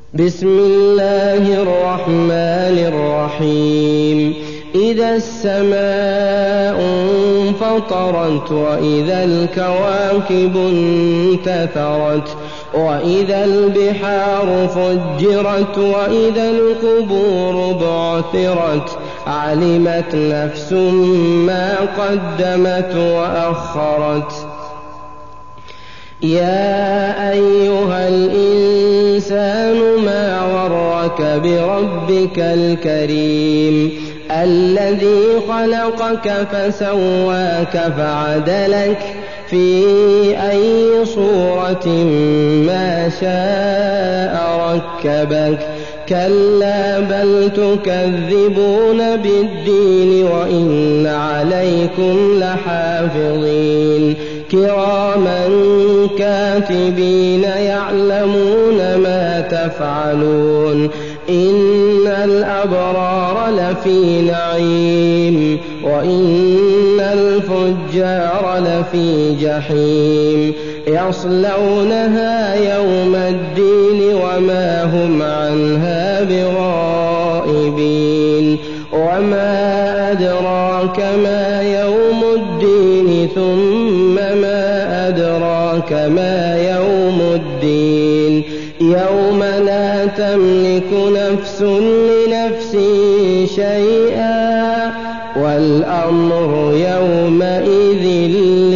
بسم الله الرحمن الرحيم إذا السماء انفطرت وإذا الكواكب انتثرت وإذا البحار فجرت وإذا القبور بعثرت علمت نفس ما قدمت وأخرت يا أيها الإنسان ما غرك بربك الكريم الذي خلقك فسواك فعدلك في أي صورة ما شاء ركبك كلا بل تكذبون بالدين وإن عليكم لحافظين كراما كاتبين يعلمون ما تفعلون إن الأبرار لفي نعيم وإن الفجار لفي جحيم يصلونها يوم الدين وما هم عنها بغائبين وما أدراك ما يوم الدين ثم ما أدراك ما يوم الدين يوم لا تملك نفس لنفس شيئا والأمر يومئذ